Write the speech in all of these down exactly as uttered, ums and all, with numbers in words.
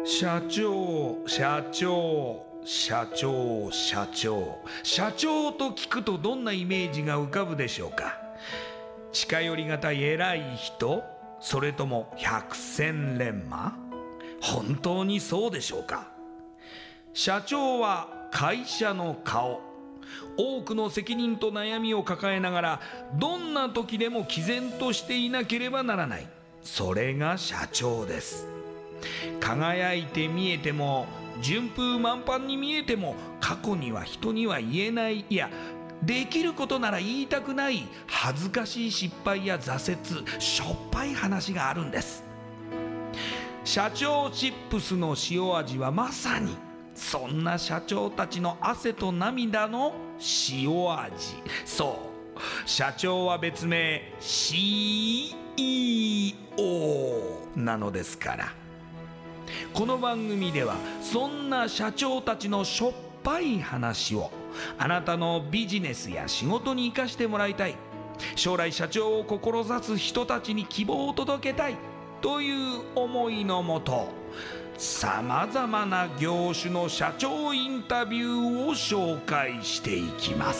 社長社長社長社長社長と聞くとどんなイメージが浮かぶでしょうか。近寄りがたい偉い人、それとも百戦錬磨。本当にそうでしょうか。社長は会社の顔、多くの責任と悩みを抱えながらどんな時でも毅然としていなければならない、それが社長です。輝いて見えても順風満帆に見えても、過去には人には言えない、いやできることなら言いたくない恥ずかしい失敗や挫折、しょっぱい話があるんです。社長チップスの塩味はまさにそんな社長たちの汗と涙の塩味。そう社長は別名 シーイーオー なのですから。この番組ではそんな社長たちのしょっぱい話をあなたのビジネスや仕事に生かしてもらいたい、将来社長を志す人たちに希望を届けたいという思いのもと、さまざまな業種の社長インタビューを紹介していきます。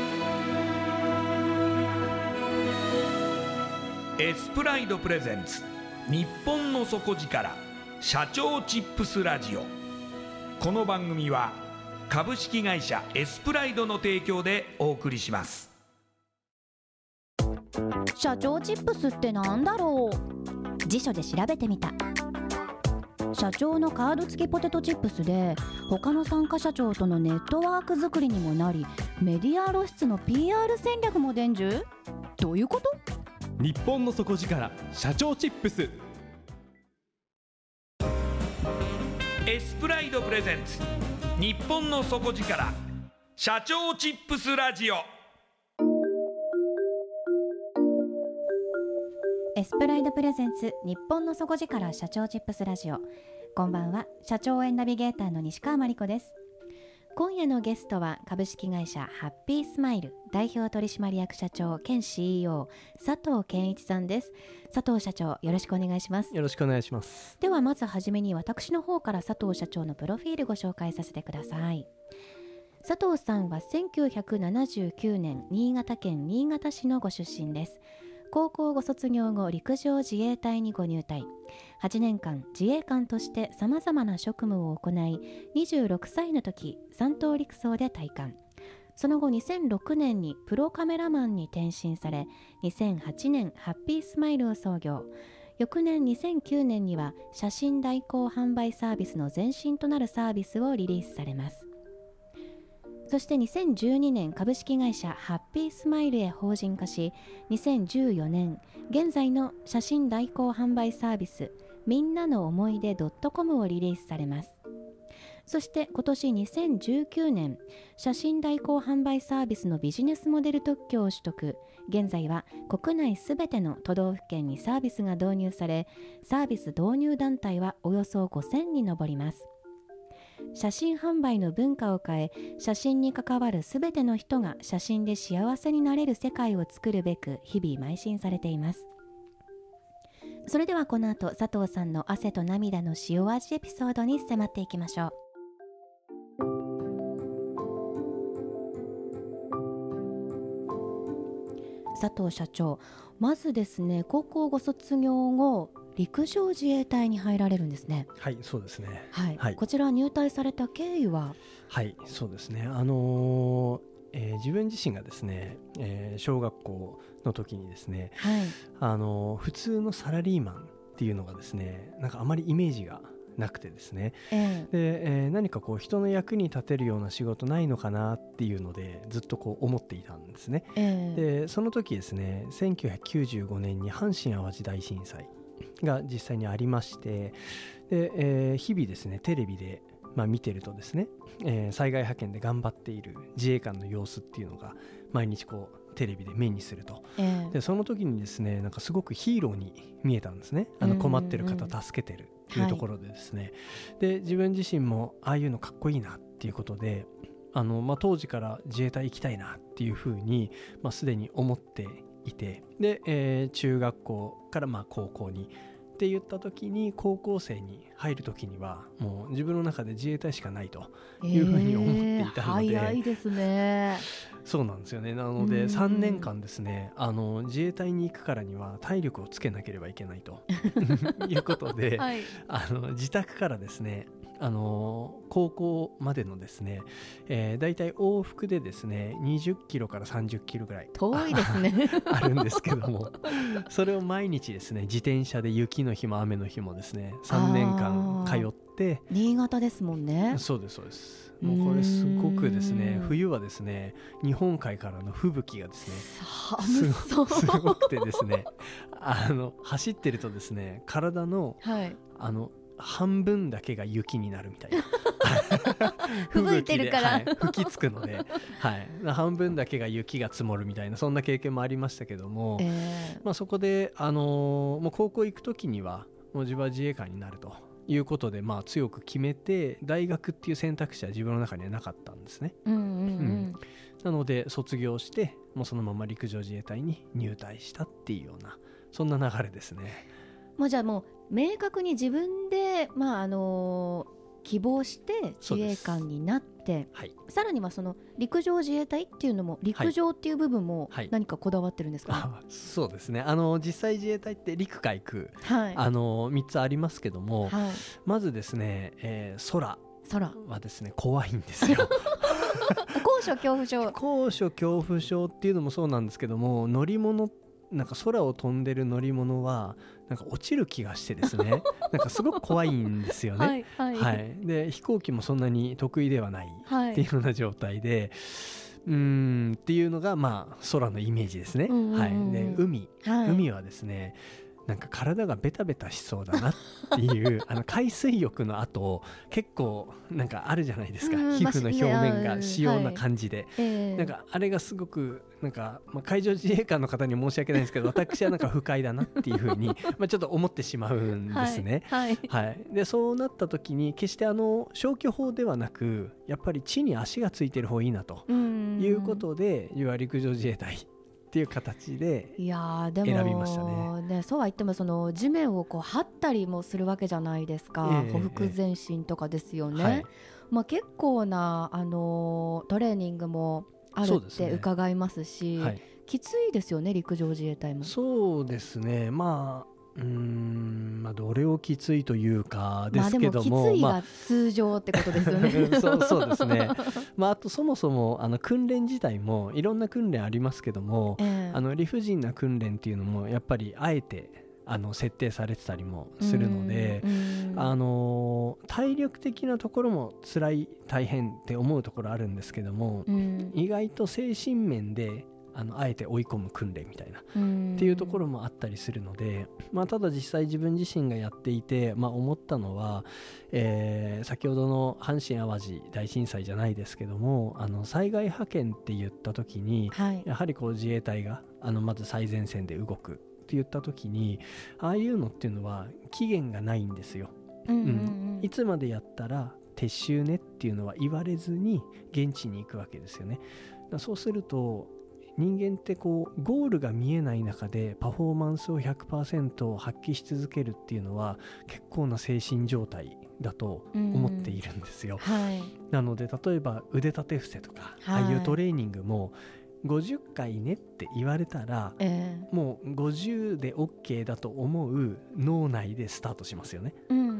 エスプライドプレゼンツ日本の底力社長チップスラジオ。この番組は株式会社エスプライドの提供でお送りします。 社長チップスってなんだろう。辞書で調べてみた。社長のカード付きポテトチップスで、他の参加社長とのネットワーク作りにもなり、メディア露出の ピーアール 戦略も伝授。どういうこと？ 日本の底力社長チップス。 エスプライドプレゼンツ日本の底力社長チップスラジオ。 エスプライドプレゼンツ日本の底力社長チップスラジオ。こんばんは、社長応援ナビゲーターの西川真理子です。今夜のゲストは株式会社ハッピースマイル代表取締役社長兼 シーイーオー 佐藤健一さんです。佐藤社長、よろしくお願いします。 よろしくお願いします。 ではまずはじめに私の方から佐藤社長のプロフィールご紹介させてください。佐藤さんはせんきゅうひゃくななじゅうきゅうねん新潟県新潟市のご出身です。高校ご卒業後、陸上自衛隊にご入隊。はちねんかん自衛官としてさまざまな職務を行い、にじゅうろくさいの時三等陸曹で退官。その後にせんろくねんにプロカメラマンに転身され、にせんはちねんハッピースマイルを創業。翌年にせんきゅうねんには写真代行販売サービスの前身となるサービスをリリースされます。そしてにせんじゅうにねん株式会社ハッピースマイルへ法人化し、にせんじゅうよねん現在の写真代行販売サービスみんなの思い出 .com をリリースされます。そして今年にせんじゅうきゅうねん写真代行販売サービスのビジネスモデル特許を取得。現在は国内すべての都道府県にサービスが導入され、サービス導入団体はおよそごせんに上ります。写真販売の文化を変え、写真に関わるすべての人が写真で幸せになれる世界を作るべく日々邁進されています。それではこの後、佐藤さんの汗と涙の塩味エピソードに迫っていきましょう。佐藤社長、まずですね、高校ご卒業後陸上自衛隊に入られるんですね。 はい、そうですね。 はいはい、 こちら入隊された経緯は？ はい、そうですね。あのーえー、自分自身がですね、えー、小学校の時にですね、 はい、 あのー、普通のサラリーマンっていうのがですね、なんかあまりイメージがなくてですね、 えでえー、何かこう人の役に立てるような仕事ないのかなっていうのでずっとこう思っていたんですね。 えでその時ですね、せんきゅうひゃくきゅうじゅうごねんに阪神・淡路大震災が実際にありまして、で、えー、日々ですねテレビで、まあ、見てるとですね、えー、災害派遣で頑張っている自衛官の様子っていうのが毎日こうテレビで目にすると、 えー、 でその時にですね、なんかすごくヒーローに見えたんですね。あの困ってる方助けてるっていうところでですね、はい、で自分自身もああいうのかっこいいなっていうことで、あの、まあ、当時から自衛隊行きたいなっていうふうに、まあ、すでに思っていて、で、えー、中学校からまあ高校にって言った時に高校生に入る時にはもう自分の中で自衛隊しかないというふうに思っていたので、 えー、早いですね。 そうなんですよね。なのでさんねんかんですね、あの自衛隊に行くからには体力をつけなければいけないということで、はい、あの自宅からですね、あの高校までのですね、えー、だいたい往復でですねにじゅっキロからさんじゅっキロぐらい遠いですねあるんですけども、それを毎日ですね自転車で雪の日も雨の日もですねさんねんかん通って、 新潟ですもんね。 そうですそうです。もうこれすごくですね、冬はですね日本海からの吹雪がですね寒そうすごくてですねあの走ってるとですね体の、はい、あの半分だけが雪になるみたいな吹雪いてるから、 はい、吹きつくので、はい、半分だけが雪が積もるみたいなそんな経験もありましたけども、えーまあ、そこで、あのー、もう高校行く時にはもう自分は自衛官になるということで、まあ、強く決めて大学っていう選択肢は自分の中にはなかったんですね、うんうんうんうん、なので卒業してもうそのまま陸上自衛隊に入隊したっていうようなそんな流れですね。 もうじゃあもう明確に自分で、まああのー希望して自衛官になって、はい、さらにはその陸上自衛隊っていうのも陸上っていう部分も何かこだわってるんですか、ね、 はいはい、そうですね、あの実際自衛隊って陸海空、はい、あのみっつありますけども、はい、まずですね、えー、空空はですね怖いんですよ高所恐怖症高所恐怖症っていうのもそうなんですけども、乗り物なんか空を飛んでる乗り物はなんか落ちる気がしてですねなんかすごく怖いんですよねはい、はいはい、で飛行機もそんなに得意ではないっていうような状態で、はい、うーんっていうのがまあ空のイメージですね、うんうんうん、はい、で 海、はい、海はですねなんか体がベタベタしそうだなっていうあの海水浴の後結構なんかあるじゃないですか、うん、皮膚の表面が仕様な感じで、はいえー、なんかあれがすごくなんか、まあ、海上自衛官の方に申し訳ないんですけど私はなんか不快だなっていうふうにまあちょっと思ってしまうんですね、はいはいはい、でそうなった時に決してあの消去法ではなくやっぱり地に足がついてる方がいいなということでいわゆる陸上自衛隊っていう形で選びましたね。 ね、そうは言ってもその地面をこう張ったりもするわけじゃないですか、えー、ほふ前進とかですよね、はい、まあ、結構な、あのー、トレーニングもあるって伺いますし、はい、きついですよね陸上自衛隊も。 そうですね、まあうーんまあ、どれをきついというかですけども、 まあ、でもきついが通常ってことですよね、まあ、そう、そうですね、まあ、あとそもそもあの訓練自体もいろんな訓練ありますけども、えー、あの理不尽な訓練っていうのもやっぱりあえてあの設定されてたりもするので、あの体力的なところも辛い大変って思うところあるんですけども、意外と精神面であのあえて追い込む訓練みたいなっていうところもあったりするので、まあ、ただ実際自分自身がやっていて、まあ、思ったのは、えー、先ほどの阪神・淡路大震災じゃないですけども、あの災害派遣って言った時に、はい、やはりこう自衛隊があのまず最前線で動くって言った時に、ああいうのっていうのは期限がないんですよ、うんうんうん、いつまでやったら撤収ねっていうのは言われずに現地に行くわけですよね。だそうすると人間ってこうゴールが見えない中でパフォーマンスを ひゃくパーセント 発揮し続けるっていうのは結構な精神状態だと思っているんですよ、はい、なので例えば腕立て伏せとか、はい、ああいうトレーニングもごじゅっかいねって言われたら、えー、もうごじゅうで OK だと思う脳内でスタートしますよね、うんうんうん、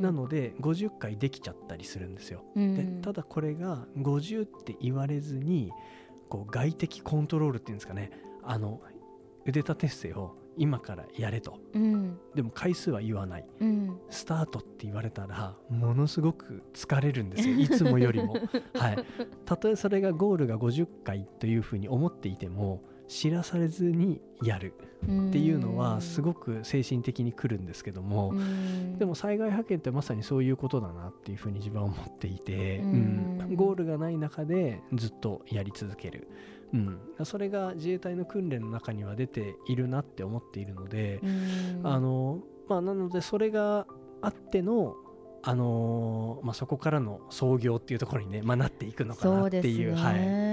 なのでごじゅっかいできちゃったりするんですよ、うん、でただこれがごじゅうって言われずにこう外的コントロールっていうんですかね、あの腕立て伏せを今からやれと、うん、でも回数は言わない、うん、スタートって言われたらものすごく疲れるんですよいつもよりも、はい、たとえそれがゴールがごじゅっかいというふうに思っていても知らされずにやるっていうのはすごく精神的に来るんですけども、でも災害派遣ってまさにそういうことだなっていうふうに自分は思っていて、うん、ゴールがない中でずっとやり続ける、うん、それが自衛隊の訓練の中には出ているなって思っているので、あの、まあ、なのでそれがあってのあのーまあ、そこからの創業っていうところにね、まあ、なっていくのかなっていう、 そうですね、 はい、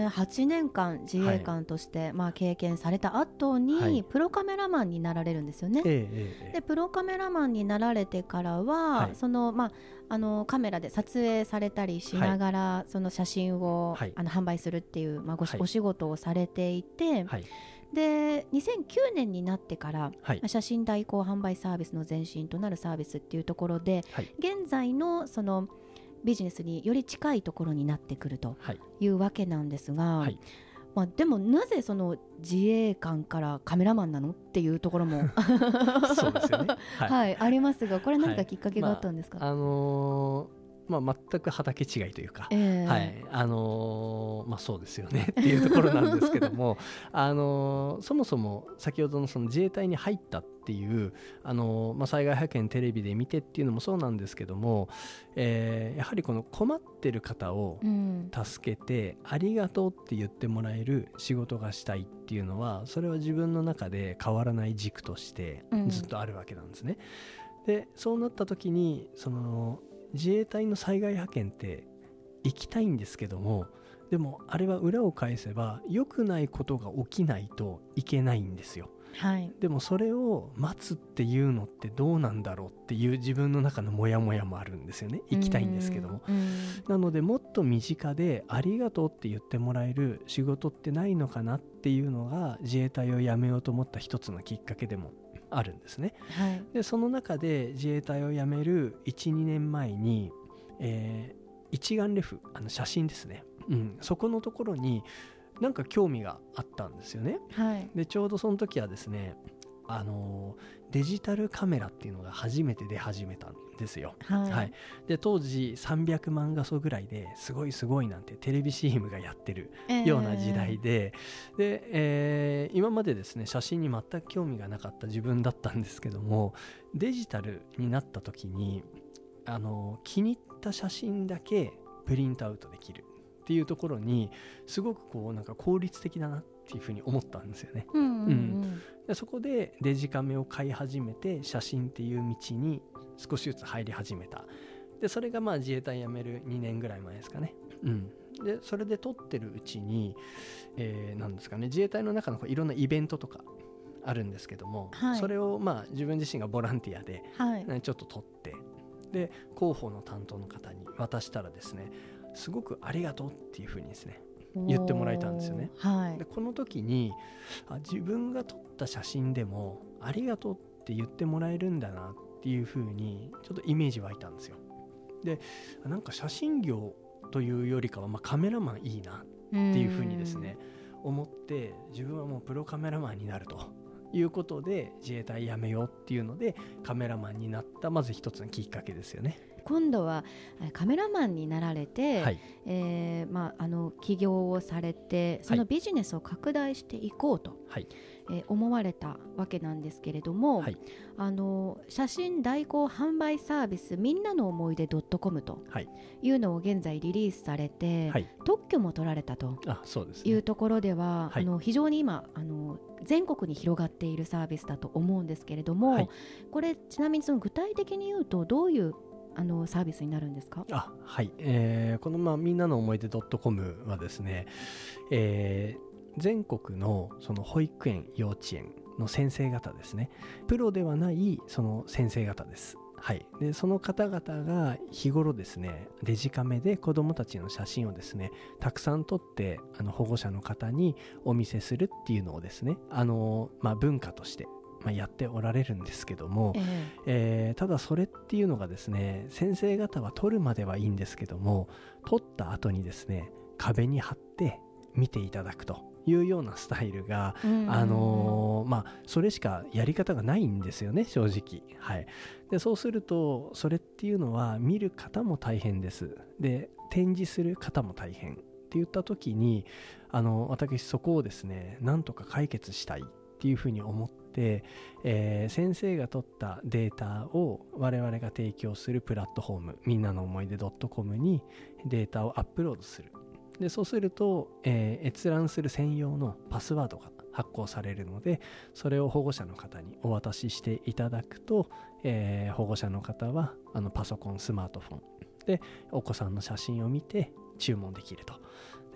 ね、はちねんかん自衛官として、はい、まあ、経験された後に、はい、プロカメラマンになられるんですよね、ええええ、でプロカメラマンになられてからは、はい、そのまあ、あのカメラで撮影されたりしながら、はい、その写真を、はい、あの販売するっていう、まあ、ご、はい、お仕事をされていて、はい、でにせんきゅうねんになってから、はい、写真代行販売サービスの前身となるサービスっていうところで、はい、現在のそのビジネスにより近いところになってくるというわけなんですが、はい、まあ、でもなぜその自衛官からカメラマンなのっていうところもそうですよね、はいはい、ありますが、これ何かきっかけがあったんですか？ はい、まああのーまあ、全く畑違いというか、えーはいあのーまあ、そうですよねっていうところなんですけどもあのー、そもそも先ほどのその自衛隊に入ったっていう、あのーまあ、災害派遣テレビで見てっていうのもそうなんですけども、えー、やはりこの困ってる方を助けて、うん、ありがとうって言ってもらえる仕事がしたいっていうのは、それは自分の中で変わらない軸としてずっとあるわけなんですね、うん、でそうなった時にその自衛隊の災害派遣って行きたいんですけども、でもあれは裏を返せば良くないことが起きないといけないんですよ、はい、でもそれを待つっていうのってどうなんだろうっていう自分の中のモヤモヤもあるんですよね。行きたいんですけども、なのでもっと身近でありがとうって言ってもらえる仕事ってないのかなっていうのが自衛隊を辞めようと思った一つのきっかけでもあるんですね、はい、でその中で自衛隊を辞める いちにねんまえに、えー、一眼レフ、あの写真ですね、うん、そこのところになんか興味があったんですよね、はい、でちょうどその時はですね、あのデジタルカメラっていうのが初めて出始めたんですよ、はいはい、で当時さんびゃくまん画素ぐらいですごいすごいなんてテレビ シーエム がやってるような時代で、えーでえー、今までですね写真に全く興味がなかった自分だったんですけども、デジタルになった時にあの気に入った写真だけプリントアウトできるっていうところにすごくこうなんか効率的だなっていうふうに思ったんですよね、うんうんうんうん、でそこでデジカメを買い始めて写真っていう道に少しずつ入り始めた。でそれがまあ自衛隊辞めるにねんぐらい前ですかね、うん、でそれで撮ってるうちに、えー、なんですかね、自衛隊の中のこういろんなイベントとかあるんですけども、はい、それをまあ自分自身がボランティアで、はい、ちょっと撮ってで広報の担当の方に渡したらですね、すごくありがとうっていうふうにですね言ってもらえたんですよね、はい、でこの時にあ自分が撮った写真でもありがとうって言ってもらえるんだなっていうふうにちょっとイメージ湧いたんですよ。でなんか写真業というよりかは、まあ、カメラマンいいなっていうふうにですね思って、自分はもうプロカメラマンになるということで自衛隊辞めようっていうのでカメラマンになったまず一つのきっかけですよね。 今度はカメラマンになられて、はい、えーまあ、あの起業をされてそのビジネスを拡大していこうと、はい、えー、思われたわけなんですけれども、はい、あの写真代行販売サービスみんなの思い出 .com というのを現在リリースされて、はい、特許も取られたというところでは、はい、あの非常に今あの全国に広がっているサービスだと思うんですけれども、はい、これちなみにその具体的に言うとどういうあのサービスになるんですか？ あ、はい、えー、この、まあ、みんなの思い出 .com はですね、えー、全国のその保育園幼稚園の先生方ですね、プロではないその先生方です。はい、でその方々が日頃ですねデジカメで子どもたちの写真をですねたくさん撮ってあの保護者の方にお見せするっていうのをですねあの、まあ、文化としてまあ、やっておられるんですけども、えーえー、ただそれっていうのがですね先生方は撮るまではいいんですけども撮った後にですね壁に貼って見ていただくというようなスタイルが、あのーまあ、それしかやり方がないんですよね正直、はい、でそうするとそれっていうのは見る方も大変です。で展示する方も大変って言った時にあの私そこをですねなんとか解決したいっていうふうに思って、えー、先生が取ったデータを我々が提供するプラットフォームみんなの思い出 .com にデータをアップロードする。でそうすると、えー、閲覧する専用のパスワードが発行されるのでそれを保護者の方にお渡ししていただくと、えー、保護者の方はあのパソコンスマートフォンでお子さんの写真を見て注文できると。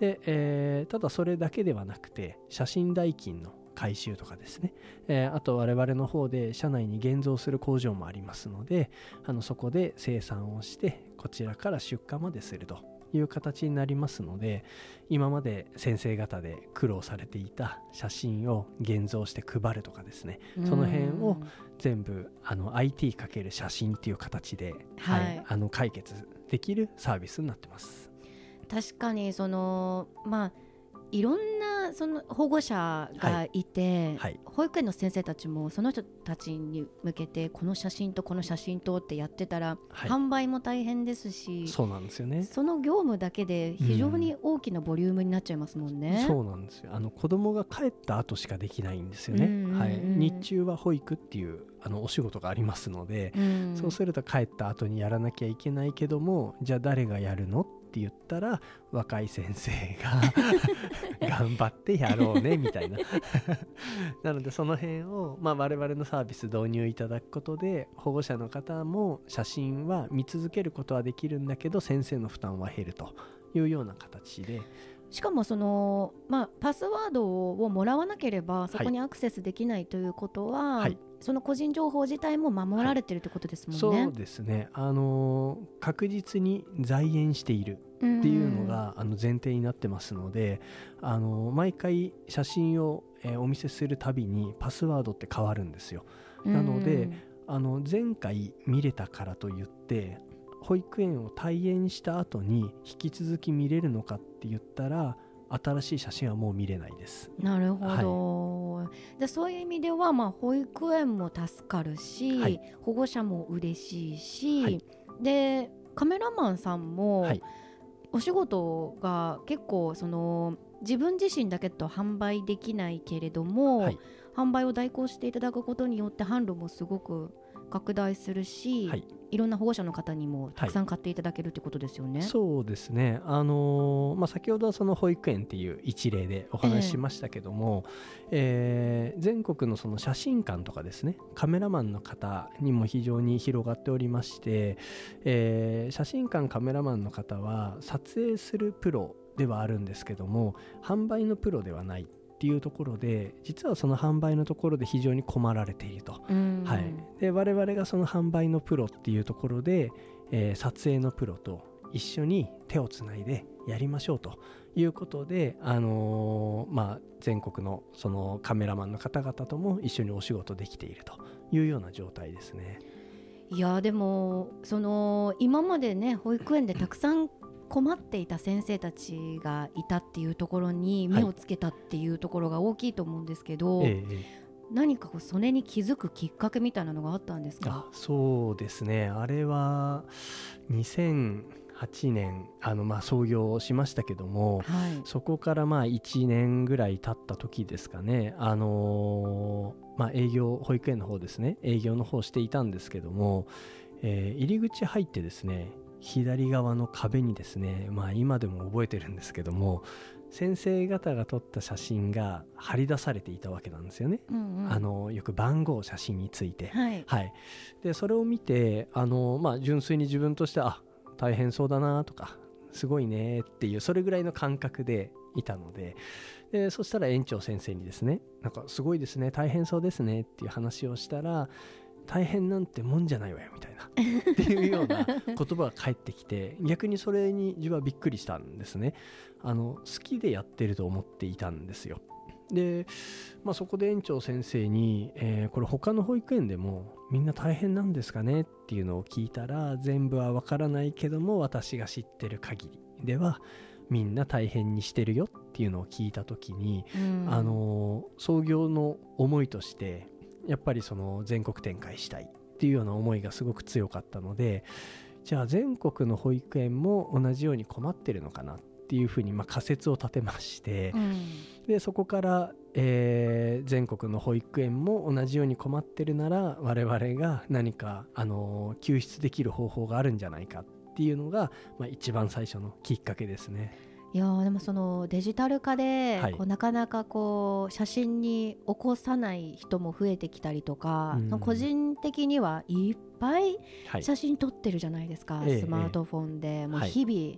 で、えー、ただそれだけではなくて写真代金の回収とかですね、えー、あと我々の方で社内に現像する工場もありますので、あのそこで生産をしてこちらから出荷までするという形になりますので、今まで先生方で苦労されていた写真を現像して配るとかですね、その辺を全部あの アイティー かける写真っていう形で、はいはい、あの解決できるサービスになってます。 確かにそのまあいろんなその保護者がいて、はいはい、保育園の先生たちもその人たちに向けてこの写真とこの写真とってやってたら、はい、販売も大変ですし、 そうなんですよね。 その業務だけで非常に大きなボリュームになっちゃいますもんね、 うん、そうなんですよ。あの子供が帰った後しかできないんですよね、うんうんうん、はい、日中は保育っていうあのお仕事がありますので、うん、そうすると帰った後にやらなきゃいけないけども、じゃあ誰がやるのって言ったら若い先生が頑張ってやろうねみたいななのでその辺を、まあ、我々のサービス導入いただくことで保護者の方も写真は見続けることはできるんだけど先生の負担は減るというような形で、 しかもその、まあ、パスワードをもらわなければそこにアクセスできないということは、はい、その個人情報自体も守られているということですもんね、 はい、そうですね、あの確実に在園しているっていうのがあの前提になってますので、あの毎回写真を、えー、お見せするたびにパスワードって変わるんですよ。なのであの前回見れたからといって保育園を退園した後に引き続き見れるのかって言ったら新しい写真はもう見れないです。 なるほど、はい、でそういう意味では、まあ、保育園も助かるし、はい、保護者も嬉しいし、はい、でカメラマンさんも、はい、お仕事が結構その自分自身だけと販売できないけれども、はい、販売を代行していただくことによって販路もすごく拡大するし、はい、いろんな保護者の方にもたくさん買っていただけるということですよね、 はい、そうですね、あのーまあ、先ほどはその保育園っていう一例でお話ししましたけども、えーえー、全国のその写真館とかですねカメラマンの方にも非常に広がっておりまして、えー、写真館カメラマンの方は撮影するプロではあるんですけども販売のプロではないっていうところで、実はその販売のところで非常に困られていると、はい、で我々がその販売のプロっていうところで、えー、撮影のプロと一緒に手をつないでやりましょうということで、あのーまあ、全国のそのカメラマンの方々とも一緒にお仕事できているというような状態ですね。 いやでもその今までね保育園でたくさん困っていた先生たちがいたっていうところに目をつけたっていうところが大きいと思うんですけど、はい、ええ、何かそれに気づくきっかけみたいなのがあったんですか？ あ、そうですね、あれはにせんはちねんあのまあ創業しましたけども、はい、そこからまあいちねんぐらい経った時ですかね、あのーまあ、営業保育園の方ですね営業の方していたんですけども、えー、入り口入ってですね左側の壁にですね、まあ今でも覚えてるんですけども先生方が撮った写真が貼り出されていたわけなんですよね、うんうん、あのよく番号写真について、はいはい、でそれを見てあの、まあ、純粋に自分としてあ大変そうだなとかすごいねっていうそれぐらいの感覚でいたので、でそしたら園長先生にですねなんかすごいですね大変そうですねっていう話をしたら大変なんてもんじゃないわよみたいなっていうような言葉が返ってきて逆にそれに自分はびっくりしたんですね。あの好きでやってると思っていたんですよ。で、まあ、そこで園長先生に、えー、これ他の保育園でもみんな大変なんですかねっていうのを聞いたら全部はわからないけども私が知ってる限りではみんな大変にしてるよっていうのを聞いた時に、うん、あの創業の思いとしてやっぱりその全国展開したいっていうような思いがすごく強かったので、じゃあ全国の保育園も同じように困ってるのかなっていうふうにまあ仮説を立てまして、うん、でそこから、えー、全国の保育園も同じように困ってるなら我々が何かあの救出できる方法があるんじゃないかっていうのが、まあ、一番最初のきっかけですね。 いやでもそのデジタル化で、はい、こうなかなかこう写真に起こさない人も増えてきたりとか、うん、個人的にはいっぱい写真撮ってるじゃないですか、はい、スマートフォンで、ええ、もう日々、はい、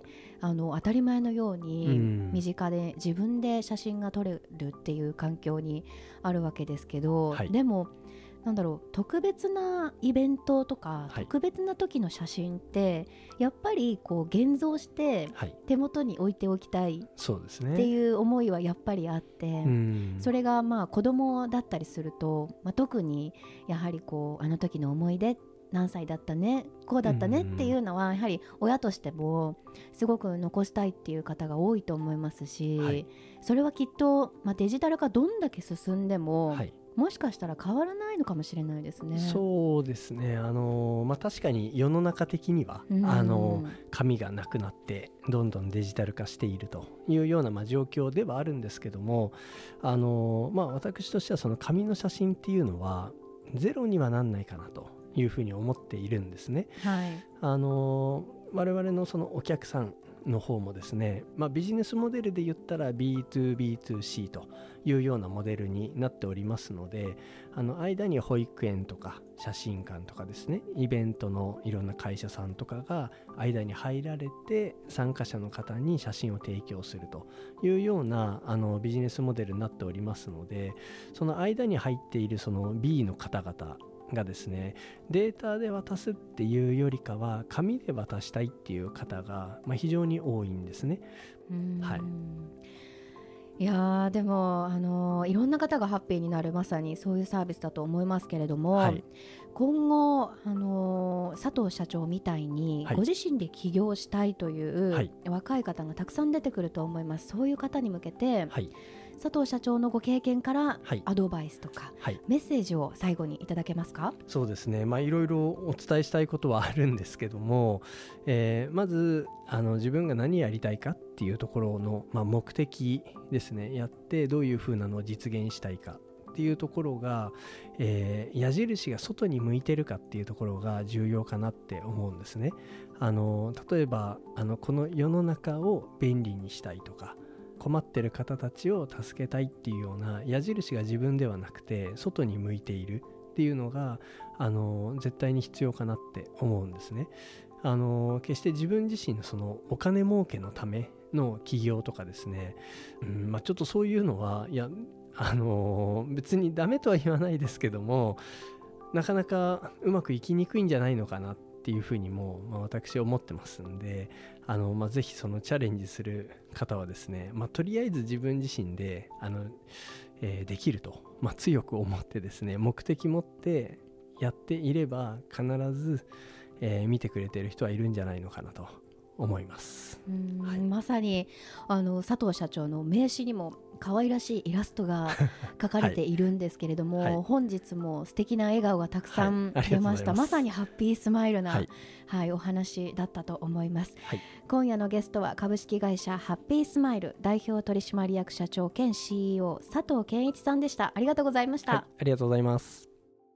あの当たり前のようにうん身近で自分で写真が撮れるっていう環境にあるわけですけど、 はいでもなんだろう、特別なイベントとか、 はい特別な時の写真ってやっぱりこう現像してはい、 手元に置いておきたいそうですね。 っていう思いはやっぱりあって、 うんそれがまあ子供だったりすると、まあ、特にやはりこうあの時の思い出、何歳だったね、こうだったねっていうのはやはり親としてもすごく残したいっていう方が多いと思いますし、 はい、 それはきっと、まあ、デジタル化どんだけ進んでも、 はい、 もしかしたら変わらないのかもしれないですね。 そうですね。あの、まあ、確かに世の中的には、 うんあの紙がなくなってどんどんデジタル化しているというような、まあ、状況ではあるんですけども、あの、まあ、私としてはその紙の写真っていうのはゼロにはなんないかなというふうに思っているんですね。 はい、 あの我々のそのお客さんの方もですね、まあ、ビジネスモデルで言ったら ビーツービーツーシー というようなモデルになっておりますので、あの間に保育園とか写真館とかですね、イベントのいろんな会社さんとかが間に入られて参加者の方に写真を提供するというようなあのビジネスモデルになっておりますので、その間に入っているその ビー の方々がですね、データで渡すっていうよりかは紙で渡したいっていう方が、まあ、非常に多いんですね。 うーん、 はい、 いやーでも、あのーいろんな方がハッピーになるまさにそういうサービスだと思いますけれども、 はい、 今後、あのー佐藤社長みたいにはいご自身で起業したいという、 はい若い方がたくさん出てくると思います。そういう方に向けて、 はい、 佐藤社長のご経験からはいアドバイスとか、 はい、 メッセージを最後にいただけますか？ そうですね。まあいろいろお伝えしたいことはあるんですけども、えーまずあの自分が何やりたいかっていうところの、まあ、目的ですね。やってどういうふうなのを実現したいかっていうところが、えー矢印が外に向いてるかっていうところが重要かなって思うんですね。あの例えばあのこの世の中を便利にしたいとか、困ってる方たちを助けたいっていうような矢印が自分ではなくて外に向いているっていうのがあの絶対に必要かなって思うんですね。あの決して自分自身のそのお金儲けのための起業とかですね、うんまあ、ちょっとそういうのはいやあの別にダメとは言わないですけども、なかなかうまくいきにくいんじゃないのかなっていうふうにも、まあ、私は思ってますんで、あの、まあ、ぜひそのチャレンジする方はですね、まあ、とりあえず自分自身であの、えーできると、まあ、強く思ってですね、目的持ってやっていれば必ず、えー見てくれてる人はいるんじゃないのかなと思います。 うーん、 はいまさにあの佐藤社長の名刺にも可愛らしいイラストが描かれているんですけれども、 はい本日も素敵な笑顔がたくさんはいありがと出ました。 うございますまさにハッピースマイルな、 はいはい、お話だったと思います。 はい、 今夜のゲストは株式会社ハッピースマイル代表取締役社長兼 シーイーオー 佐藤健一さんでした。ありがとうございました。 はい、ありがとうございます。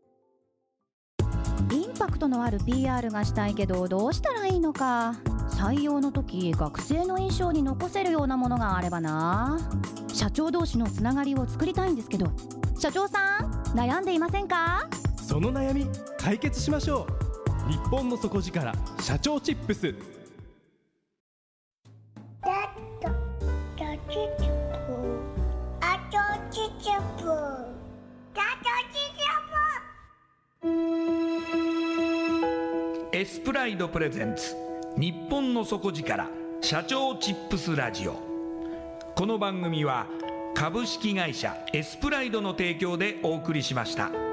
インパクトのある ピーアール がしたいけどどうしたらいいのか。採用の時学生の印象に残せるようなものがあればな。社長同士のつながりを作りたいんですけど、社長さん悩んでいませんか？ その悩み解決しましょう。日本の底力社長チップス。 エスプライドプレゼンツ日本の底力社長チップスラジオ。この番組は株式会社エスプライドの提供でお送りしました。